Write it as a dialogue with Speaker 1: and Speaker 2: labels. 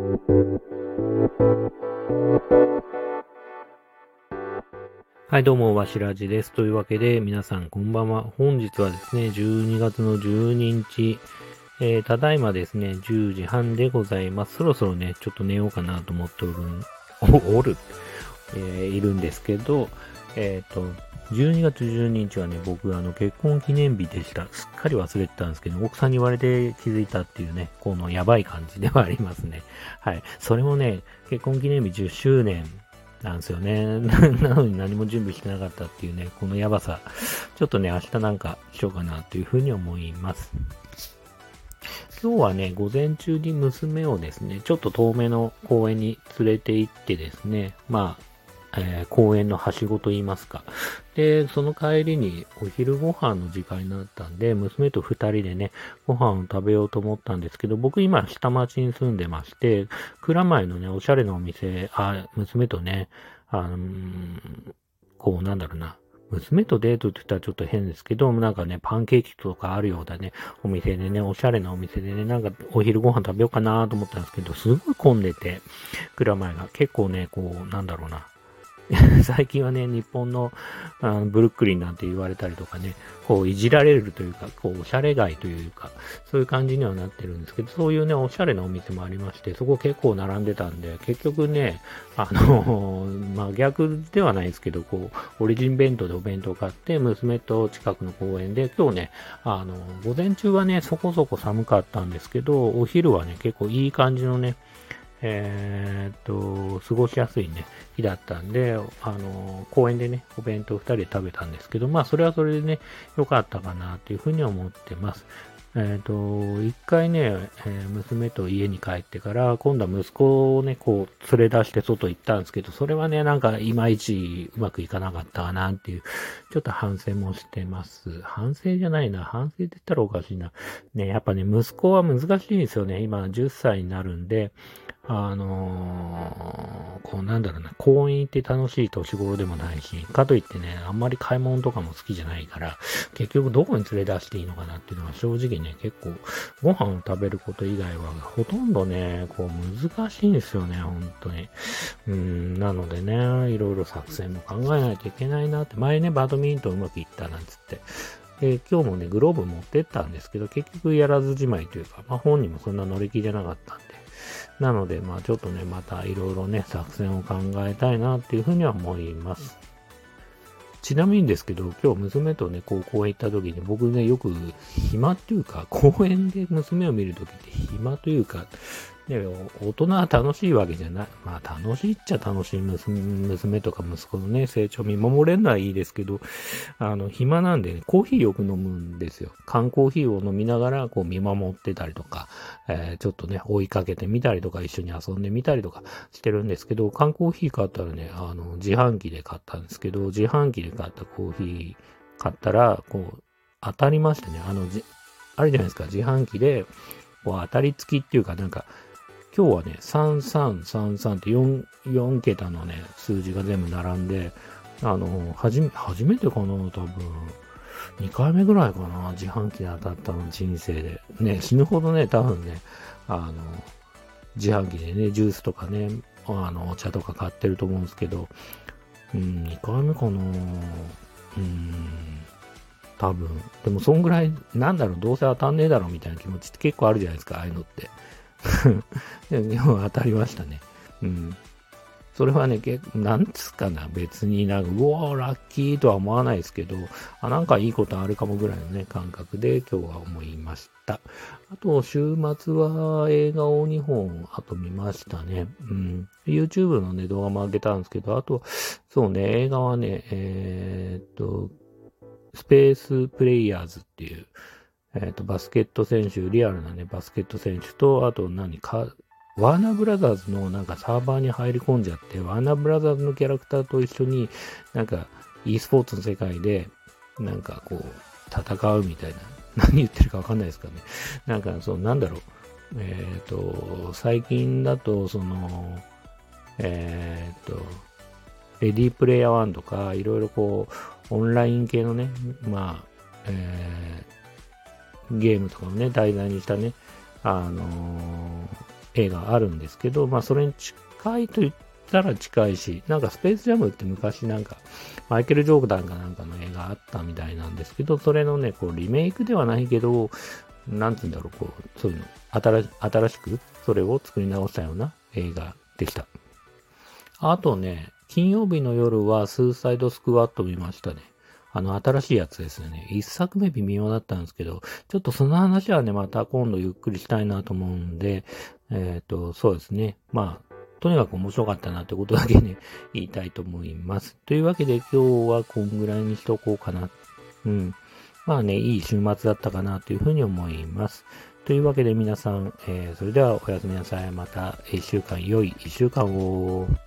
Speaker 1: はい、どうも、わしらじです。というわけで、皆さん、こんばんは。本日はですね、12月の12日、ただいまですね、10時半でございます。そろそろね、ちょっと寝ようかなと思っているんですけど、12月12日はね、僕、結婚記念日でした。すっかり忘れてたんですけど、奥さんに言われて気づいたっていうね、このやばい感じではありますね。はい。それもね、結婚記念日10周年なんですよね。なのに何も準備してなかったっていうね、このやばさ。ちょっとね、明日なんかしようかなというふうに思います。今日はね、午前中に娘をですね、ちょっと遠めの公園に連れて行ってですね、公園のはしごと言いますか。で、その帰りにお昼ご飯の時間になったんで、娘と二人でね、ご飯を食べようと思ったんですけど、僕今下町に住んでまして、蔵前のね、おしゃれなお店、娘とね、あのこうなんだろうな、娘とデートって言ったらちょっと変ですけど、なんかね、パンケーキとかあるようだね、お店でね、おしゃれなお店でね、なんかお昼ご飯食べようかなと思ったんですけど、すごい混んでて、蔵前が結構ね、こう、なんだろうな、最近はね、日本のブルックリンなんて言われたりとかね、こういじられるというか、こうおしゃれ街というか、そういう感じにはなってるんですけど、そういうね、おしゃれなお店もありまして、そこ結構並んでたんで、結局ね、逆ではないですけど、こう、オリジン弁当でお弁当を買って、娘と近くの公園で、今日ね、午前中はね、そこそこ寒かったんですけど、お昼はね、結構いい感じのね、過ごしやすいね、日だったんで、公園でね、お弁当二人で食べたんですけど、まあ、それはそれでね、良かったかなっていうふうに思ってます。一回ね、娘と家に帰ってから、今度は息子をね、こう、連れ出して外行ったんですけど、それはね、なんか、いまいちうまくいかなかったかなっていう、ちょっと反省もしてます。反省じゃないな。反省って言ったらおかしいな。ね、やっぱね、息子は難しいんですよね。今、10歳になるんで、こうなんだろうな、公園行って楽しい年頃でもないし、かといってね、あんまり買い物とかも好きじゃないから、結局どこに連れ出していいのかなっていうのは正直ね、結構、ご飯を食べること以外は、ほとんどね、こう難しいんですよね、本当に。なのでね、いろいろ作戦も考えないといけないなって、前ね、バドミントンうまくいったなんつって、今日もね、グローブ持ってったんですけど、結局やらずじまいというか、まあ本人もそんな乗り気じゃなかったんで、なので、まあちょっとね、またいろいろね、作戦を考えたいなっていうふうには思います。ちなみにですけど、今日娘とね、高校へ行った時に僕ね、よく暇っていうか、公園で娘を見る時って暇というか、ね、大人は楽しいわけじゃない。まあ楽しいっちゃ楽しい娘とか息子のね、成長を見守れるのはいいですけど、暇なんで、ね、コーヒーよく飲むんですよ。缶コーヒーを飲みながら、こう見守ってたりとか、ちょっとね、追いかけてみたりとか、一緒に遊んでみたりとかしてるんですけど、缶コーヒー買ったらね、自販機で買ったんですけど、自販機で買ったコーヒー買ったら、こう、当たりましてね、あれじゃないですか、自販機で、こう当たり付きっていうか、なんか、今日はね、3333って4桁のね、数字が全部並んで、初めてかな、多分。2回目ぐらいかな、自販機で当たったの、人生で。ね、死ぬほどね、多分ね、あの、自販機でね、ジュースとかね、お茶とか買ってると思うんですけど、2回目かな、多分。でも、そんぐらい、なんだろう、どうせ当たんねえだろ、みたいな気持ちって結構あるじゃないですか、ああいうのって。でも当たりましたね。うん。それはね、なんつうかな、別になんか、うわー、ラッキーとは思わないですけど、なんかいいことあるかもぐらいのね、感覚で今日は思いました。あと、週末は映画を2本、あと見ましたね。YouTube のね、動画も上げたんですけど、あと、そうね、映画はね、スペースプレイヤーズっていう、バスケット選手、リアルなね、バスケット選手と、あとワーナーブラザーズのなんかサーバーに入り込んじゃって、ワーナーブラザーズのキャラクターと一緒に、なんか e スポーツの世界で、なんかこう、戦うみたいな。何言ってるかわかんないですかね。なんか、なんだろう。最近だと、レディープレイヤー1とか、いろいろこう、オンライン系のね、まあ、ゲームとかをね、題材にしたね、あの映画あるんですけど、まあそれに近いと言ったら近いし、なんかスペースジャムって昔なんか、マイケル・ジョーダンかなんかの映画あったみたいなんですけど、それのね、こうリメイクではないけど、なんて言うんだろう、こう、そういうの、新しくそれを作り直したような映画でした。あとね、金曜日の夜はスーサイドスクワット見ましたね。新しいやつですよね。一作目微妙だったんですけど、ちょっとその話はね、また今度ゆっくりしたいなと思うんで、そうですね。まあ、とにかく面白かったなってことだけね、言いたいと思います。というわけで今日はこんぐらいにしとこうかな。うん。まあね、いい週末だったかなというふうに思います。というわけで皆さん、それではおやすみなさい。また一週間、良い一週間を。